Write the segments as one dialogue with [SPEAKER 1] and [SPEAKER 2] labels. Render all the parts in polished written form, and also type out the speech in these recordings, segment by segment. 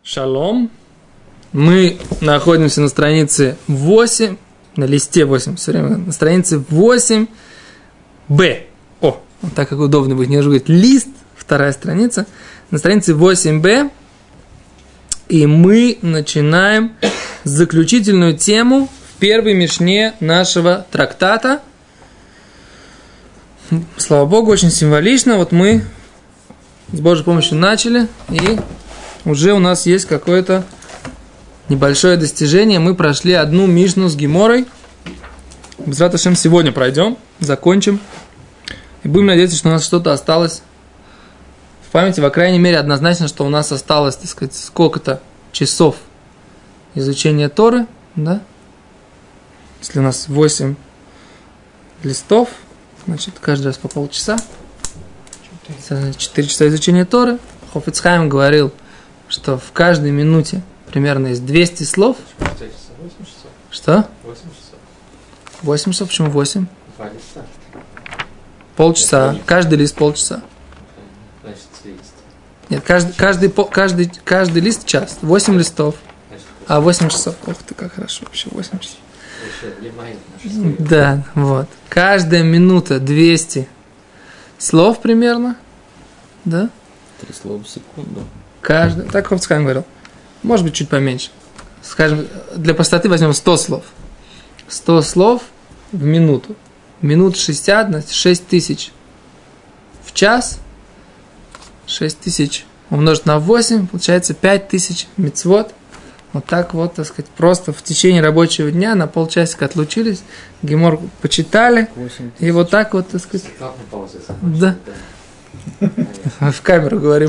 [SPEAKER 1] Шалом. Мы находимся на странице 8, на листе 8, все время, на странице 8Б. Вот так как удобно будет, не нужно говорить лист, вторая страница. На странице 8Б. И мы начинаем заключительную тему в первой мишне нашего трактата. Слава Богу, очень символично. Вот мы с Божьей помощью начали, и уже у нас есть какое-то небольшое достижение. Мы прошли одну мишну с Геморой. Б'эзрат Ашем сегодня пройдем, закончим. И будем надеяться, что у нас что-то осталось в памяти. По крайней мере, однозначно, что у нас осталось, так сказать, сколько-то часов изучения Торы. Да? Если у нас 8 листов, значит, каждый раз по полчаса. 4 часа изучения Торы. Хафец Хаим говорил, что в каждой минуте примерно есть 200 слов.
[SPEAKER 2] 8 часов.
[SPEAKER 1] Что?
[SPEAKER 2] 8 часов.
[SPEAKER 1] 8 часов? Почему 8?
[SPEAKER 2] 2 листа.
[SPEAKER 1] Полчаса. Каждый лист полчаса.
[SPEAKER 2] Значит, лист.
[SPEAKER 1] Нет, каждый лист час. 8 листов. А 8 часов. Ух ты, как хорошо. Вообще 8 часов. Да, вот. Каждая минута 200 слов примерно. Да?
[SPEAKER 3] 3 слова в секунду.
[SPEAKER 1] Так Хафец Хаим говорил. Может быть, чуть поменьше. Скажем, для простоты возьмем 100 слов. 100 слов в минуту. Минут 60, значит, 6 тысяч в час. 6 тысяч умножить на 8, получается 5 тысяч мицвот. Вот так вот, так сказать, просто в течение рабочего дня на полчасика отлучились, Гемор почитали, и вот так вот, так сказать. Да. В камеру говорим.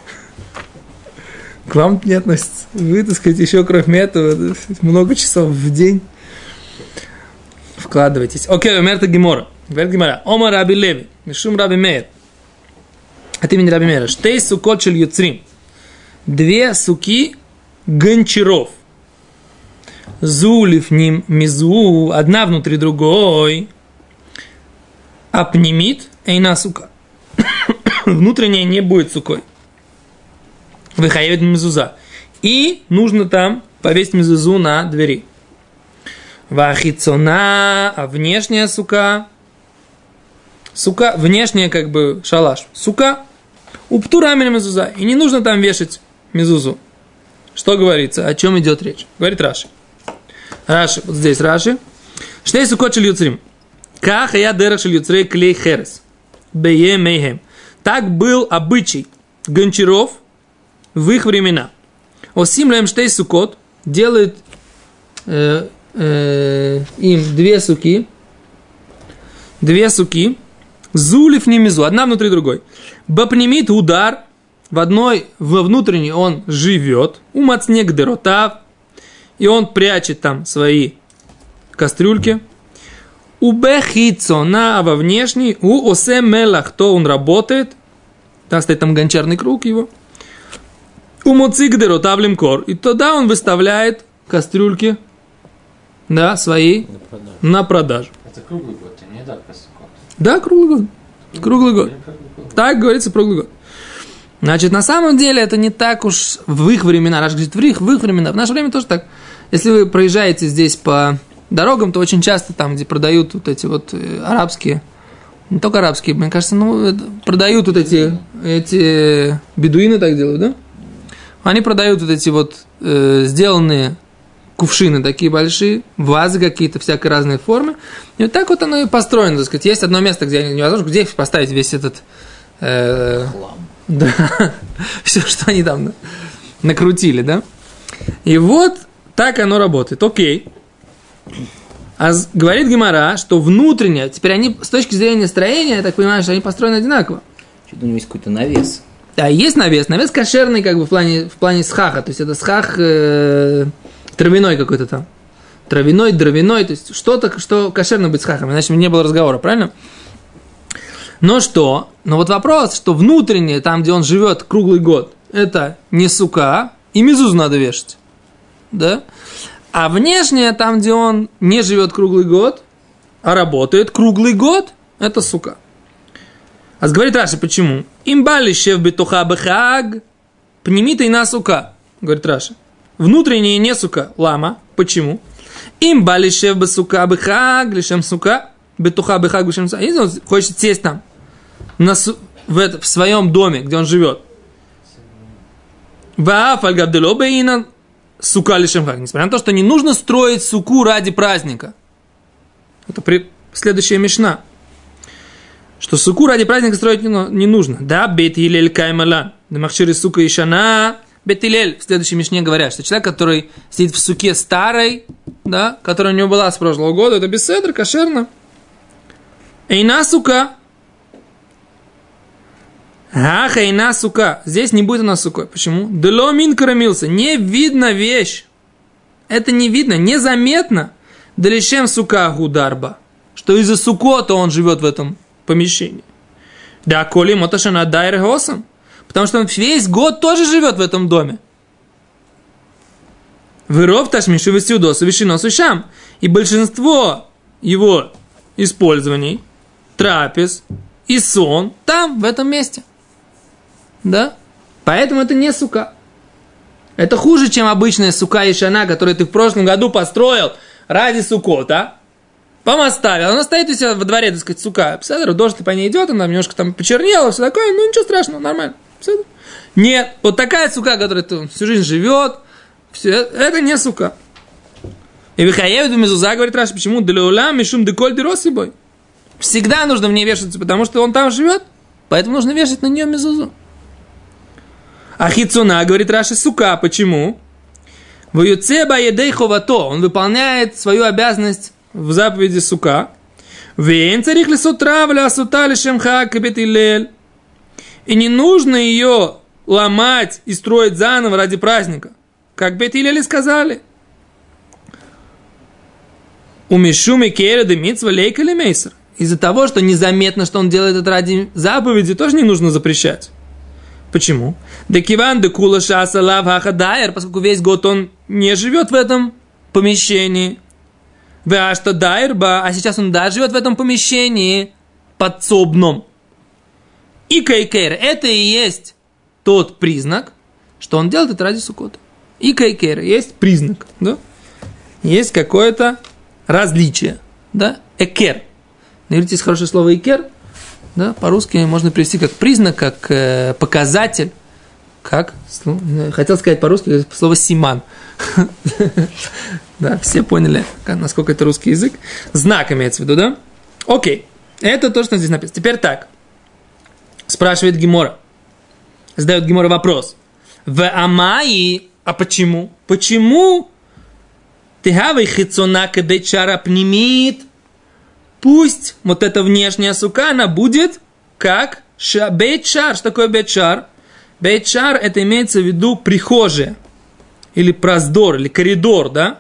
[SPEAKER 1] К вам не относится. Вы, так сказать, еще кроме этого, много часов в день вкладываетесь. Окей, умерта Гемора. Говорит Гемора. Ома Раби Леви, Мишум Раби Меир. От имени Раби Меира. Штей сукот шель юцрим. 2 суки гончаров. Зулив ним мизу. Одна внутри другой. Апнимит эйна сука. Внутренняя не будет сукой. Выхаевит мезуза. И нужно там повесить мезузу на двери. Вахицона, а внешняя сука. Сука, внешняя как бы шалаш. Сука, уптурамина мезуза. И не нужно там вешать мезузу. Что говорится? О чем идет речь? Говорит Раши. Раши, вот здесь Раши. Штей сукот шель юцрим. Ках я дерах шель юцрей клей херес. Бее мейхем. Так был обычай гончаров в их времена. Осимлем штей сукот делает им 2 суки. 2 суки. Зулив не мизу. Одна внутри другой. Бапнемит удар. Во внутренней он живет. Умацнек деротав. И он прячет там свои кастрюльки. Убехицона, а во внешней. У осе мелах, то он работает. Там стоит там гончарный круг его. Умоцик деротав лимкор. И тогда он выставляет кастрюльки. Да, свои на продажу.
[SPEAKER 2] Это круглый год, не так просто.
[SPEAKER 1] Да, круглый год. Круглый год. Так говорится, круглый год. Значит, на самом деле это не так уж в их времена. Раш говорит, в их времена. В наше время тоже так. Если вы проезжаете здесь по дорогам, то очень часто там, где продают вот эти вот арабские, не только арабские, мне кажется, продают вот эти бедуины так делают, да? Они продают вот эти вот сделанные кувшины такие большие, вазы какие-то, всякой разной формы. И вот так вот оно и построено, так сказать. Есть одно место, где невозможно, где поставить весь этот
[SPEAKER 3] Хлам.
[SPEAKER 1] Да, все, что они там накрутили, да? И вот так оно работает. Окей. А говорит Гемара, что внутреннее, теперь они с точки зрения строения, я так понимаю, что они построены одинаково.
[SPEAKER 3] Что-то у него есть какой-то навес.
[SPEAKER 1] Да, есть навес. Навес кошерный, как бы в плане схаха. То есть это схах травяной какой-то там. Травяной, дровяной. То есть что-то, что кошерно быть схахом. Иначе не было разговора, правильно? Но что? Но вот вопрос, что внутреннее, там, где он живет круглый год, это не сука, и мезузу надо вешать. Да? А внешнее, там, где он не живет круглый год, а работает круглый год, это сука. А говорит Раши, почему? Имбали шев бетуха бехаг, пнемита и насука. говорит Раши. Внутренняя не сука, лама. Почему? Им балишев бы сука быхаг, лишем сука, бетуха быхаг, лишем сука. Если он хочет сесть там, в своем доме, где он живет. Ваафаль габдело бейна сука лишем хаг. Несмотря на то, что не нужно строить суку ради праздника. Это следующая мишна. Что суку ради праздника строить не нужно. Да, бет илель каймала. Дамахшири сука ишана. Бет илель. В следующей мишне говорят, что человек, который сидит в суке старой, да, которая у него была с прошлого года, это беседр, кошерно. Эйна сука. Ах, эйна сука. Здесь не будет она сукой. Почему? Дело мин карамился. Не видно вещь. Это не видно, незаметно. Далишем сука гударба. Что из-за сукота он живет в этом помещении. Да, коли моташана дайр госом. Потому что он весь год тоже живет в этом доме. Выров ташмишу висюдосу вишино сушам. И большинство его использований, трапез и сон там, в этом месте. Да? Поэтому это не сука. Это хуже, чем обычная сука и шана, которую ты в прошлом году построил ради сукота. Помоставил. Она стоит у себя во дворе, так сказать, сука. Представляешь, дождь по ней идет, она немножко там почернела, все такое, ну ничего страшного, нормально. Нет, вот такая сука, которая всю жизнь живет, все, это не сука. И Вихаевиду Мезуза говорит Раши, почему? Делеула мишум деколь деросибой. Всегда нужно в ней вешаться, потому что он там живет, поэтому нужно вешать на нее мезузу. А хицуна, говорит Раши, сука, почему? Ваюцеба едей ховато, он выполняет свою обязанность в заповеди сука. Вейн царих лесу травля, асута лишем хак бетилель. И не нужно ее ломать и строить заново ради праздника. Как бетилели сказали. Умешуми кереды митцва лейкали мейсер. Из-за того, что незаметно, что он делает это ради заповеди, тоже не нужно запрещать. Почему? Декиван декула шаса лав хахадайер, поскольку весь год он не живет в этом помещении. А сейчас он да, живет в этом помещении подсобном. И кейкер, это и есть тот признак, что он делает это ради сукота. И кейкер, есть признак, да? Есть какое-то различие, да? Экер. На иврите есть хорошее слово экер, да? По-русски можно привести как признак, как показатель, как, хотел сказать по-русски слово симан. Да, все поняли, насколько это русский язык. Знак имеется в виду, да? Окей, это то, что здесь написано. Теперь так. Спрашивает Гемора. Задает Гемора вопрос. В амаи, а почему? Почему тихавый хицона кебечара пнимит? Пусть вот эта внешняя сука, она будет как бейт-шар. Что такое бейт-шар? Бейт-шар, это имеется в виду прихожая. Или проздор, или коридор, да?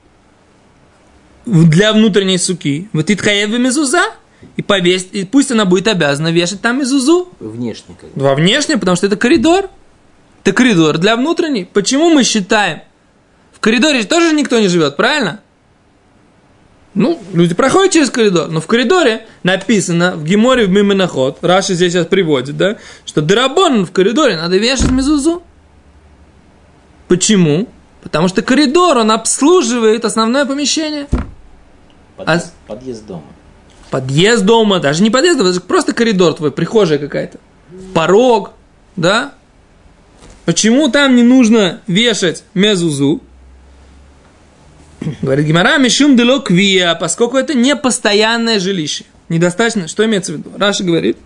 [SPEAKER 1] Для внутренней суки. Вот итхаевы мезуза. И повесить, и пусть она будет обязана вешать там мезузу.
[SPEAKER 3] Внешне.
[SPEAKER 1] Во внешне, потому что это коридор. Это коридор для внутренней. Почему мы считаем? В коридоре тоже никто не живет, правильно? Ну, люди проходят через коридор. Но в коридоре написано, в Геморе в Мименахот, Раши здесь сейчас приводит, да, что дерабон в коридоре надо вешать мезузу. Почему? Потому что коридор, он обслуживает основное помещение.
[SPEAKER 3] Подъезд дома.
[SPEAKER 1] Подъезд дома, даже не подъезд дома, это просто коридор твой, прихожая какая-то. Порог, да? Почему там не нужно вешать мезузу? Говорит Гемара, мишум дело квия, поскольку это не постоянное жилище. Недостаточно, что имеется в виду? Раши говорит.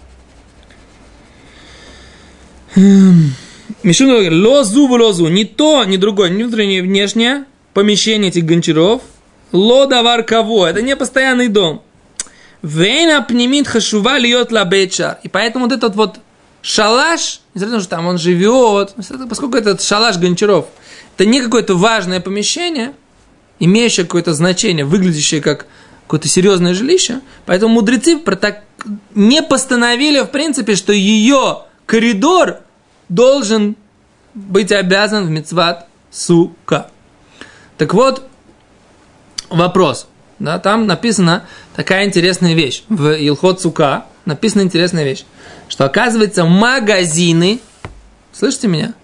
[SPEAKER 1] Мишум дело лозу, ни то, ни другое, ни внутреннее, ни внешнее помещение этих гончаров. Лодавар кого, это не постоянный дом. Вейна пнимит хашува льет ла бейчар. И поэтому вот этот вот шалаш, несмотря на то, что там он живет, поскольку этот шалаш гончаров, это не какое-то важное помещение, имеющее какое-то значение, выглядящее как какое-то серьезное жилище, поэтому мудрецы не постановили, в принципе, что ее коридор должен быть обязан в мицват сука. Так вот, вопрос. Да, там написана такая интересная вещь. В Илхот Сука написана интересная вещь. Что, оказывается, магазины, слышите меня?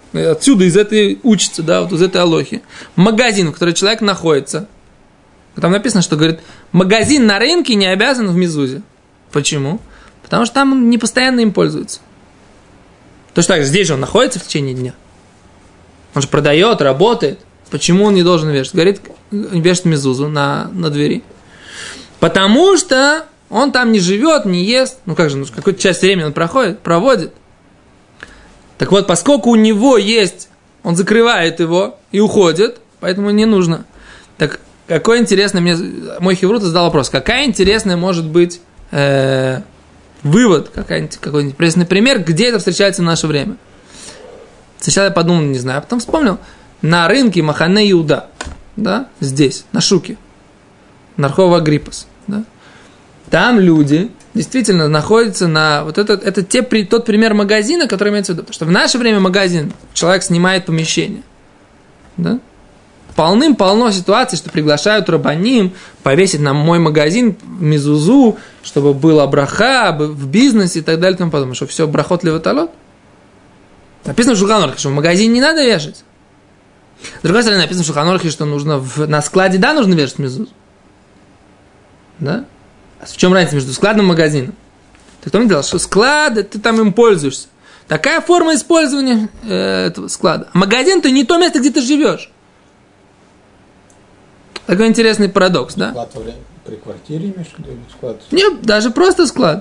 [SPEAKER 1] Отсюда из этой учится, да, вот из этой алохи. Магазин, в котором человек находится. Там написано, что, говорит, магазин на рынке не обязан в мезузе. Почему? Потому что там он не постоянно им пользуется. Точно так же, здесь же он находится в течение дня. Он же продает, работает. Почему он не должен вешать? Говорит, вешать мезузу на двери. Потому что он там не живет, не ест. Ну как же, какую-то часть времени он проводит. Так вот, поскольку у него есть, он закрывает его и уходит, поэтому не нужно. Так какой интересный, мой хеврут задал вопрос, какая интересная может быть вывод, какой-нибудь интересный пример, где это встречается в наше время. Сначала я подумал, не знаю, а потом вспомнил, на рынке Махане Иуда, да, здесь, на Шуке, Нархова Агриппас, да, там люди действительно находятся на, вот это тот пример магазина, который имеется в виду, потому что в наше время магазин, человек снимает помещение, да, полным-полно ситуаций, что приглашают рабаним повесить на мой магазин мезузу, чтобы была браха в бизнесе и так далее и тому подобное, что все брахот леваталот. Написано в Шулхан Арухе, что в магазине не надо вешать. С другой стороны, написано в Шулхан Арухе, что нужно на складе, да, нужно вешать мезузу. Да? А в чем разница между складом и магазином? Так кто мне делал, что склад, ты там им пользуешься. Такая форма использования этого склада. А магазин – это не то место, где ты живешь. Такой интересный парадокс, да?
[SPEAKER 4] Склад при квартире имеешь в виду? Склад?
[SPEAKER 1] Нет, даже просто склад.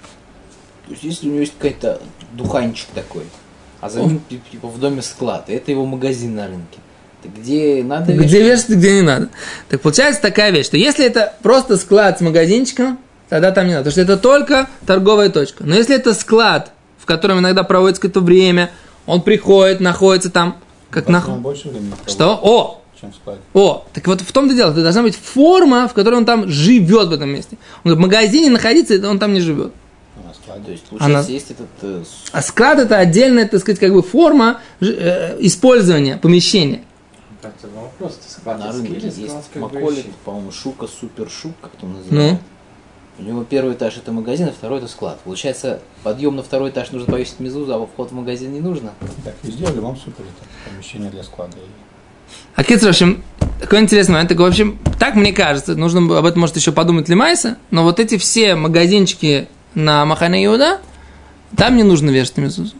[SPEAKER 3] То есть, если у него есть какой-то духанчик такой, а за ним типа в доме склад, и это его магазин на рынке, то где надо вешать?
[SPEAKER 1] Где вешать, где не надо. Так получается такая вещь, что если это просто склад с магазинчиком, тогда там не надо, потому что это только торговая точка. Но если это склад, в котором иногда проводится какое-то время, он приходит, находится там, как
[SPEAKER 4] больше времени проводит.
[SPEAKER 1] Что?
[SPEAKER 4] Чем в складе.
[SPEAKER 1] Так вот в том-то дело, это должна быть форма, в которой он там живет в этом месте. Он в магазине находится, он там не живет.
[SPEAKER 3] То есть, получается, есть этот...
[SPEAKER 1] А склад это отдельная, так сказать, как бы форма использования помещения.
[SPEAKER 2] Как-то вопрос, склад
[SPEAKER 3] На рынке есть
[SPEAKER 2] как бы
[SPEAKER 3] Маколит,
[SPEAKER 2] вещи.
[SPEAKER 3] по-моему, Шука, Супершук, как это называется.
[SPEAKER 1] Ну?
[SPEAKER 3] У него первый этаж это магазин, а второй это склад. Получается, подъем на второй этаж нужно повесить мезузу, а вход в магазин не нужно.
[SPEAKER 4] Так, везде в любом случае это помещение для склада.
[SPEAKER 1] А в общем, такой интересный момент. В общем, так мне кажется, нужно об этом, может, еще подумать Лемайса, но вот эти все магазинчики на Махане Иуда, там не нужно вешать мезузу.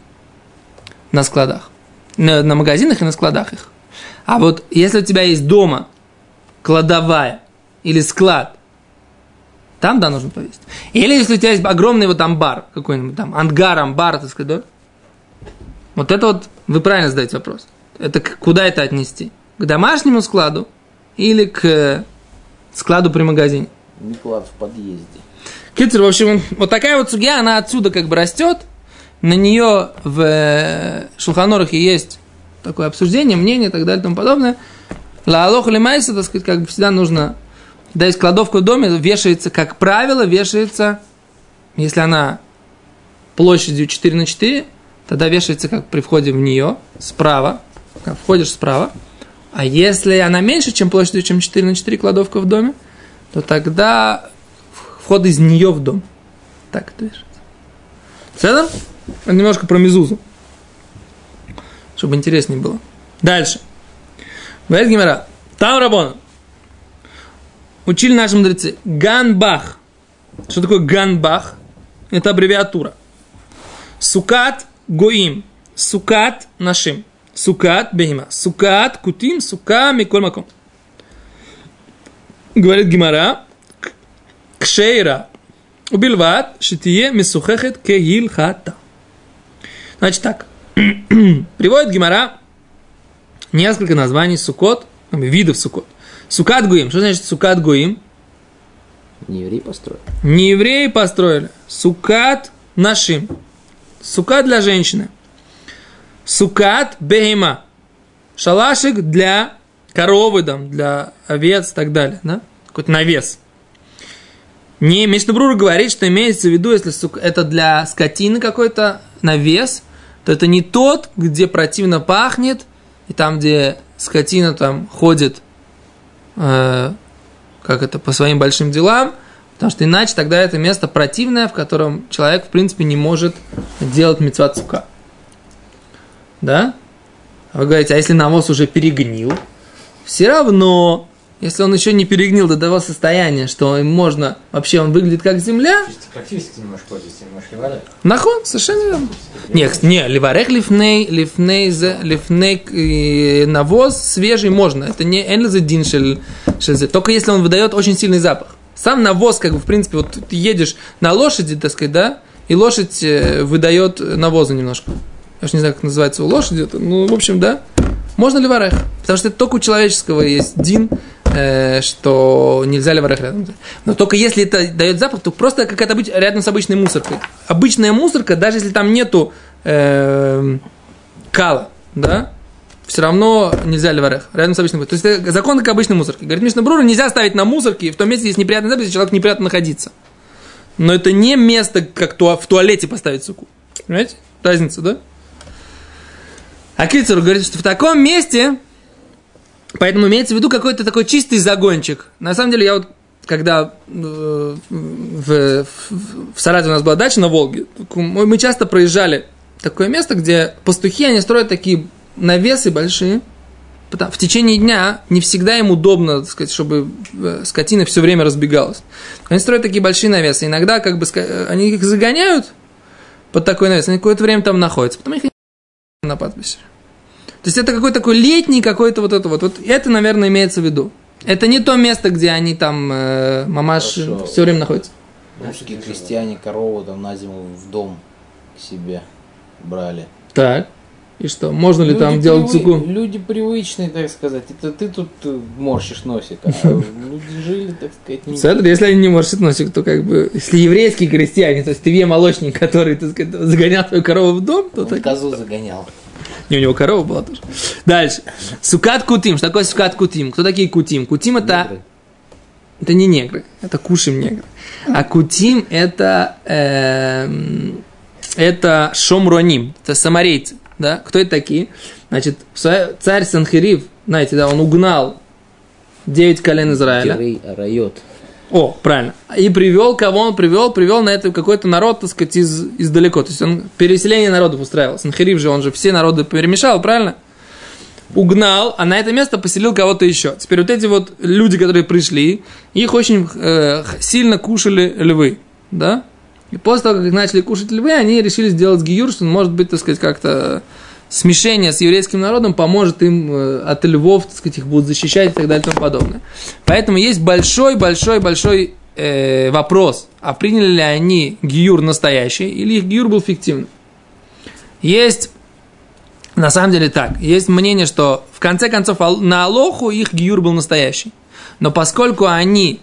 [SPEAKER 1] На складах. На магазинах и на складах их. А вот если у тебя есть дома кладовая или склад, там, да, нужно повесить. Или если у тебя есть огромный вот амбар, какой-нибудь там, ангар, амбар, так сказать, да? Вот это вот, вы правильно задаете вопрос. Это куда это отнести? К домашнему складу или к складу при магазине?
[SPEAKER 3] Не клад в подъезде.
[SPEAKER 1] Китер, в общем, вот такая вот сугья, она отсюда как бы растет. На нее в Шулхан Арухе есть такое обсуждение, мнение и так далее и тому подобное. Ла алоха лемайса, так сказать, как бы всегда нужно... Да, есть кладовка в доме, вешается, как правило, вешается, если она площадью 4x4, тогда вешается, как при входе в нее, справа, как входишь справа. А если она меньше, чем площадью, чем 4x4 кладовка в доме, то тогда вход из нее в дом. Так это вешается. Все? Немножко про мезузу, чтобы интереснее было. Дальше. Говорит Гемара. Там Рабона. Учили наши мудрецы. Ганбах. Что такое ганбах? Это аббревиатура. Сукат гоим. Сукат нашим. Сукат бехима. Сукат кутим. Сука миколь маком. Говорит Гемара. Кшейра. Убильват шитие мисухехет кегилхата. Значит так. Приводит Гемара несколько названий сукот, видов сукот. Сукат гуим. Что значит сукат гуим?
[SPEAKER 3] Не евреи построили.
[SPEAKER 1] Не евреи построили. Сукат нашим. Сукат для женщины. Сукат бехима. Шалашик для коровы, там, для овец и так далее. Да? Какой-то навес. Не, Мишна-Брура говорит, что имеется в виду, если это для скотины какой-то навес, то это не тот, где противно пахнет, и там, где скотина там ходит по своим большим делам, потому что иначе тогда это место противное, в котором человек, в принципе, не может делать мицват сука. Да? Вы говорите, а если навоз уже перегнил? Все равно, если он еще не перегнил до того состояния, что им можно, вообще он выглядит как земля.
[SPEAKER 2] То есть ты практически не можешь пользоваться, не можешь ливарек.
[SPEAKER 1] Нахон, совершенно верно. Не, ливарек лифней навоз свежий можно. Это не энлзедин шельзе. Только если он выдает очень сильный запах. Сам навоз, как бы, в принципе, вот ты едешь на лошади, так сказать, да, и лошадь выдает навоза немножко. Я уж не знаю, как называется у лошади это. Ну, в общем, да. Можно ливарех. Потому что это только у человеческого есть дин, что нельзя ливарех рядом. Но только если это дает запах, то просто какая-то рядом с обычной мусоркой. Обычная мусорка, даже если там нету кала, да, все равно нельзя ливарех рядом с обычной мусоркой. То есть это закон как обычной мусорки. Говорит Мишна Брура, нельзя ставить на мусорке, в том месте есть неприятный запах, человек неприятно находиться. Но это не место, как в туалете поставить суку. Понимаете? Разница, да? А Кицур говорит, что в таком месте, поэтому имеется в виду какой-то такой чистый загончик. На самом деле, я вот, когда в Саратове у нас была дача на Волге, мы часто проезжали такое место, где пастухи, они строят такие навесы большие. В течение дня не всегда им удобно, так сказать, чтобы скотина все время разбегалась. Они строят такие большие навесы. Иногда как бы они их загоняют под такой навес, они какое-то время там находятся, потом их на пастбище. То есть это какой-то такой летний, какой-то вот это вот. Вот это, наверное, имеется в виду. Это не то место, где они там мамаш все время находятся.
[SPEAKER 3] Русские крестьяне корову там на зиму в дом к себе брали.
[SPEAKER 1] Так. И что, можно ли там делать цуку?
[SPEAKER 3] Люди привычные, так сказать. Это ты тут морщишь носик, а люди жили, так сказать, не...
[SPEAKER 1] Смотри, если они не морщат носик, то как бы, если еврейские крестьяне, то есть ты молочник, который, так сказать, загонял твою корову в дом, то...
[SPEAKER 3] Он так... козу загонял.
[SPEAKER 1] Не, у него корова была тоже. Дальше. Сукат кутим. Что такое сукат кутим? Кто такие кутим? Кутим это...
[SPEAKER 3] Негры.
[SPEAKER 1] Это не негры, это кушим негры. А кутим это шомроним, это самарейцы. Да? Кто это такие? Значит, царь Санхерив, знаете, да, он угнал 9 колен Израиля.
[SPEAKER 3] Райот.
[SPEAKER 1] О, правильно. И привел, кого он привел? Привел на это какой-то народ, так сказать, издалеко. То есть он переселение народов устраивал. Санхерив же, он же все народы перемешал, правильно? Угнал, а на это место поселил кого-то еще. Теперь вот эти вот люди, которые пришли, их очень сильно кушали львы, да? И после того, как их начали кушать львы, они решили сделать гиюр, что, может быть, так сказать, как-то смешение с еврейским народом поможет им от львов, так сказать, их будут защищать и так далее и тому подобное. Поэтому есть большой-большой-большой вопрос, а приняли ли они гиюр настоящий или их гиюр был фиктивным. Есть, на самом деле так, есть мнение, что в конце концов на Алоху их гиюр был настоящий. Но поскольку они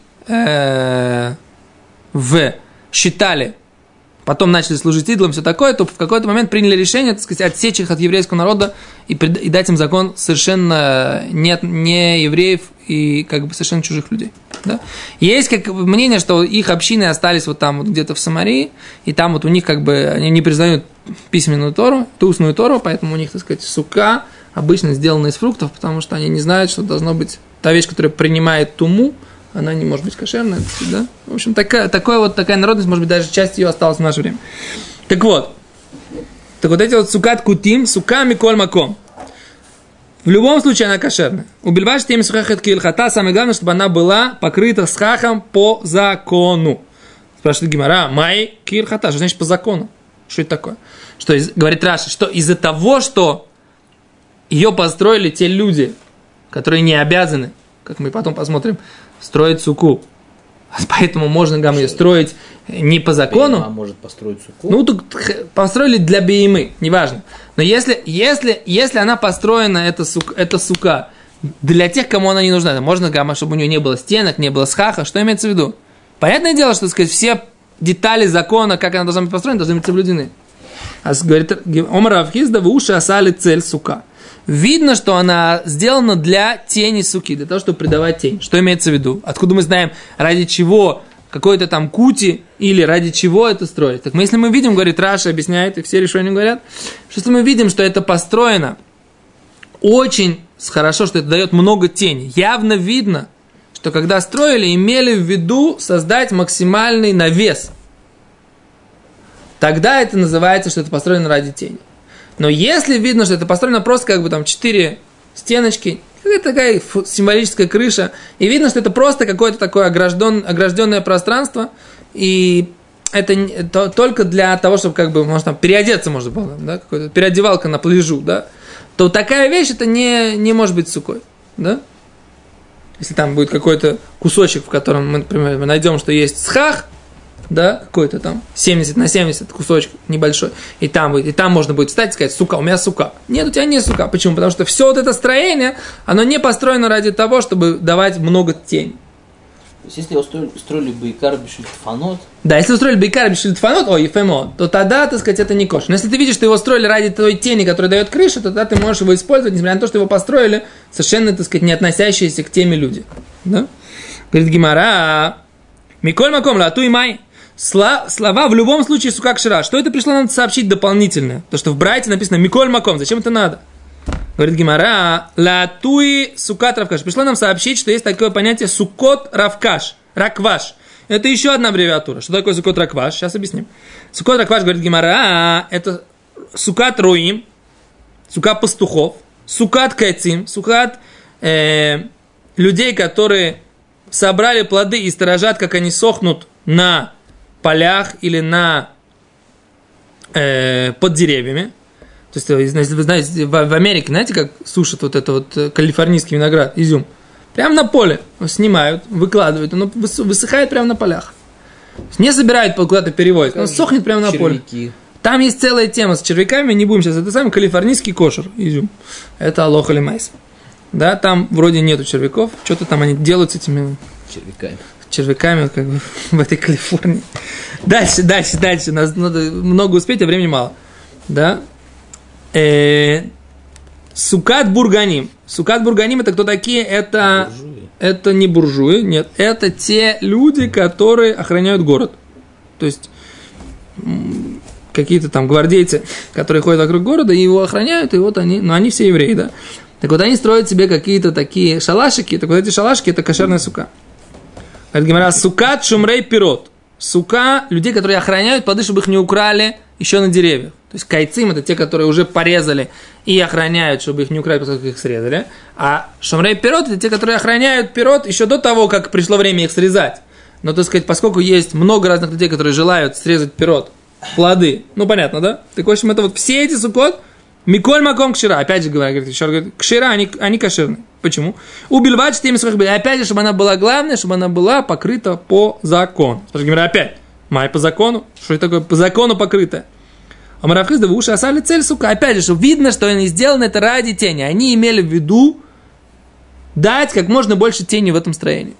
[SPEAKER 1] считали, потом начали служить идолам, все такое, то в какой-то момент приняли решение, так сказать, отсечь их от еврейского народа и дать им закон совершенно не евреев и как бы совершенно чужих людей. Да? Есть как мнение, что их общины остались вот там вот где-то в Самарии, и там вот у них как бы они не признают письменную Тору, устную Тору, поэтому у них, так сказать, сука обычно сделана из фруктов, потому что они не знают, что должно быть та вещь, которая принимает туму, она не может быть кошерной, да? В общем, такая народность, может быть, даже часть ее осталась в наше время. Так вот эти вот сукат кутим, сука миколь маком. В любом случае она кошерная. Убильваш теми сухахет кильхата, самое главное, чтобы она была покрыта схахом по закону. Спрашивает Гимара, май кильхата, что значит по закону? Что это такое? Что говорит Раши, что из-за того, что ее построили те люди, которые не обязаны, как мы потом посмотрим, строить суку. Поэтому можно ее строить не по закону.
[SPEAKER 3] Бейма может построить суку.
[SPEAKER 1] Ну, тут построили для беймы, неважно. Но если она построена, эта сука, для тех, кому она не нужна, можно, чтобы у нее не было стенок, не было схаха, что имеется в виду? Понятное дело, что, так сказать, все детали закона, как она должна быть построена, должны быть соблюдены. А говорит, Омар Авхизда, в уши осали цель сука. Видно, что она сделана для тени суки, для того, чтобы придавать тень. Что имеется в виду? Откуда мы знаем, ради чего какой-то там кути или ради чего это строить? Так если мы видим, говорит Раша, объясняет, и все решения говорят, что если мы видим, что это построено очень хорошо, что это дает много тени, явно видно, что когда строили, имели в виду создать максимальный навес. Тогда это называется, что это построено ради тени. Но если видно, что это построено просто как бы там 4 стеночки, это такая символическая крыша, и видно, что это просто какое-то такое огражденное пространство, и это только для того, чтобы как бы, может, там, переодеться можно было, да, какая-то переодевалка на пляжу, да, то такая вещь, это не может быть сукой, да. Если там будет какой-то кусочек, в котором мы, например, найдем, что есть схах, да, какой-то там 70 на 70 кусочек небольшой, и там можно будет встать и сказать: сука, у меня сука. Нет, у тебя не сука. Почему? Потому что все вот это строение, оно не построено ради того, чтобы давать много тени.
[SPEAKER 3] То есть, если его строили Бейкар Бишильтфанот...
[SPEAKER 1] Да, если устроили Бейкар Бишильтфанот, то тогда, так сказать, это не кошер. Но если ты видишь, что его строили ради той тени, которая дает крышу, то тогда ты можешь его использовать, несмотря на то, что его построили совершенно, так сказать, не относящиеся к теме люди. Да? Говорит Гемара: Миколь маком ла туй май. Слова в любом случае сука кшера. Что это пришло нам сообщить дополнительное? То, что в Брайте написано Миколь маком. Зачем это надо? Говорит Гемара: ла туй сукат равкаш. Пришло нам сообщить, что есть такое понятие сукот равкаш. Ракваш. Это еще одна аббревиатура. Что такое сукот ракваш? Сейчас объясним. Сукот ракваш, говорит Гемара, это сукат роим, сукат пастухов, сукат кайцим, сукат людей, которые собрали плоды и сторожат, как они сохнут на полях или под деревьями. То есть, если вы знаете, в Америке, знаете, как сушат вот это вот калифорнийский виноград, изюм? Прямо на поле снимают, выкладывают, оно высыхает прямо на полях. Не собирают, куда-то перевозят, оно сохнет прямо на поле. Там есть целая тема с червяками, не будем сейчас, это самый калифорнийский кошер, изюм. Это алоха лемайс. Да, там вроде нету червяков, что-то там они делают с этими червяками как бы, в этой Калифорнии. Дальше, нас надо много успеть, а времени мало. Да? Сукат бурганим. Сукат бурганим — это кто такие? Это не буржуи, нет. Это те люди, которые охраняют город. То есть какие-то там гвардейцы, которые ходят вокруг города и его охраняют, и вот они, но они все евреи, да. Так вот они строят себе какие-то такие шалашики, так вот эти шалашики — это кошерная сука. Говорит Гемара: сукат шумрей пирот. Сука людей, которые охраняют плоды, чтобы их не украли еще на деревьях. То есть кайцим — это те, которые уже порезали и охраняют, чтобы их не украли, поскольку их срезали. А шумрей пирот — это те, которые охраняют пирот еще до того, как пришло время их срезать. Но, так сказать, поскольку есть много разных людей, которые желают срезать пирот, плоды, ну понятно, да? Так, в общем, это вот все эти сукот миколь маком кшира. Опять же говорит, кшира, они кошерные. Почему? Убивать теми своих были. Опять же, чтобы она была главная, чтобы она была покрыта по закону. Скажем, говоря, опять. Май по закону. Что это такое? По закону покрытая. А марафхизда в уши осали цель, сука. Опять же, что видно, что они сделаны это ради тени. Они имели в виду дать как можно больше тени в этом строении.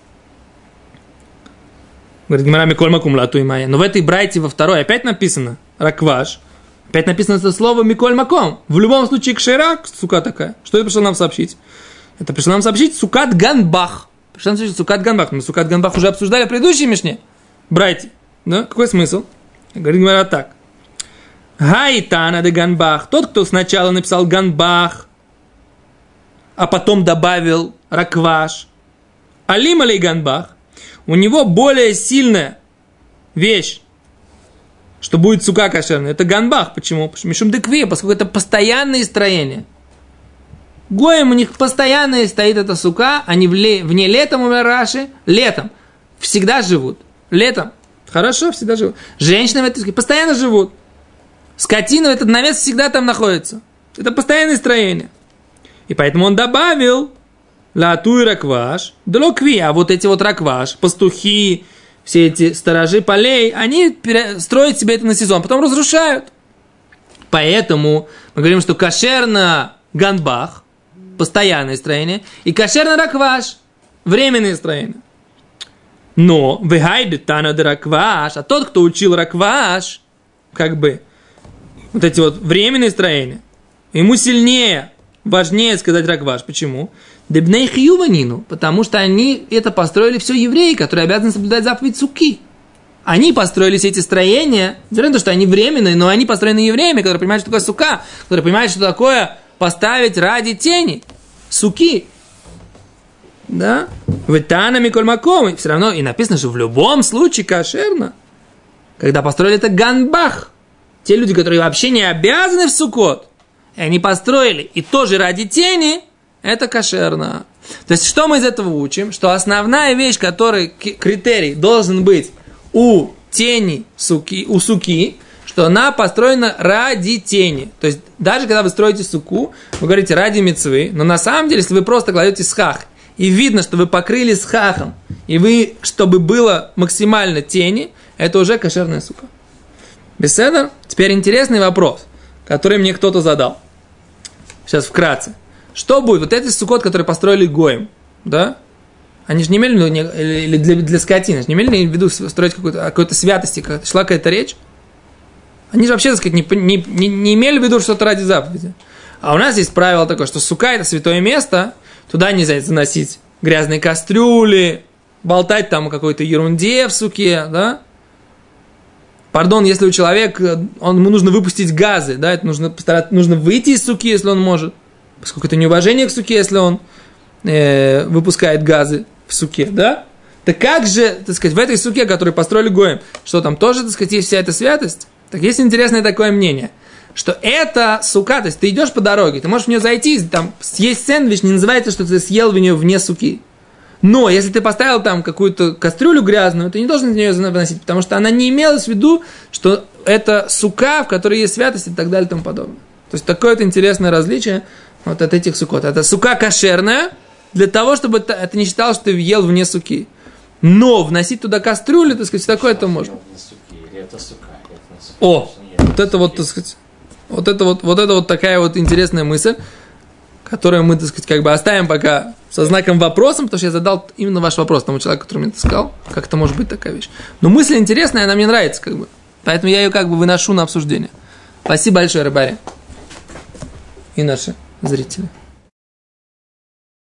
[SPEAKER 1] Говорит Гемара: миколь макум ла туй май. Но в этой брайте во второй опять написано ракваш. Опять написано это слово миколь маком. В любом случае кшера, сука такая. Что это пришло нам сообщить? Это пришло нам сообщить сукат ганбах. Пришло нам сообщить сукат ганбах. Мы сукат ганбах уже обсуждали в предыдущей мишне. Брайте. Да? Какой смысл? Говорит Гемара так. Гайтана де ганбах. Тот, кто сначала написал ганбах, а потом добавил ракваш. Алим алей ганбах. У него более сильная вещь, что будет сука кошерная. Это ганбах. Почему? Мишум деквия, поскольку это постоянное строение. Гоем у них постоянно стоит эта сука, они вне летом, умер Раши, летом всегда живут. Летом хорошо, всегда живут. Женщины в этой суке постоянно живут. Скотина, этот навес всегда там находится. Это постоянное строение. И поэтому он добавил латуй ракваш, длокви, а вот эти вот ракваш, пастухи, все эти сторожи полей, они строят себе это на сезон, потом разрушают. Поэтому мы говорим, что кошерно ганбах, постоянное строение, и кошерно ракваш, временное строение. Но вегайде тана де ракваш, а тот, кто учил ракваш, как бы, вот эти вот временные строения, ему сильнее, важнее сказать ракваш. Почему? Дебней хьюванину, потому что они это построили все евреи, которые обязаны соблюдать заповедь суки. Они построили все эти строения, несмотря на то, что они временные, но они построены евреями, которые понимают, что такое сука, которые понимают, что такое поставить ради тени суки. Да? Витанами кольмаком. Все равно и написано, что в любом случае кошерно. Когда построили это ганбах. те люди, которые вообще не обязаны в Суккот, и они построили, и тоже ради тени, это кошерно. То есть, что мы из этого учим? Что основная вещь, который критерий должен быть у тени суки, у суки, что она построена ради тени. То есть, даже когда вы строите суку, вы говорите ради мицвы, но на самом деле, если вы просто кладете схах, и видно, что вы покрыли схахом, и вы, чтобы было максимально тени, это уже кошерная сука. Беседа? Теперь интересный вопрос, который мне кто-то задал. Сейчас вкратце. Что будет? Вот эти сукот, которые построили гоем, да? Они же не имели в виду, или для скотины, не имели в виду строить какой-то святости, шла какая-то речь? Они же вообще, так сказать, не имели в виду что-то ради заповеди. А у нас есть правило такое, что сука – это святое место, туда нельзя заносить грязные кастрюли, болтать там о какой-то ерунде в суке, да? Пардон, если у человека, ему нужно выпустить газы, да, это нужно выйти из суки, если он может. Поскольку это неуважение к суке, если он выпускает газы в суке, да? Так как же, так сказать, в этой суке, которую построили гоем, что там тоже, так сказать, есть вся эта святость? Так есть интересное такое мнение, что это сука, то есть ты идешь по дороге, ты можешь в нее зайти, там, съесть сэндвич, не называется, что ты съел в нее вне суки. Но если ты поставил там какую-то кастрюлю грязную, ты не должен в нее выносить, потому что она не имелась в виду, что это сука, в которой есть святость и так далее и тому подобное. То есть такое-то интересное различие вот от этих сукот. Это сука кошерная, для того, чтобы это не считалось, что ты ел вне суки. Но вносить туда кастрюлю, так сказать, такое это можно. О, вот это вот, так сказать, вот это вот такая вот интересная мысль, которую мы, так сказать, как бы оставим пока со знаком вопросом, потому что я задал именно ваш вопрос тому человеку, который мне это сказал, как это может быть такая вещь. Но мысль интересная, она мне нравится, как бы. Поэтому я ее как бы выношу на обсуждение. Спасибо большое, рыбари. И наши зрители.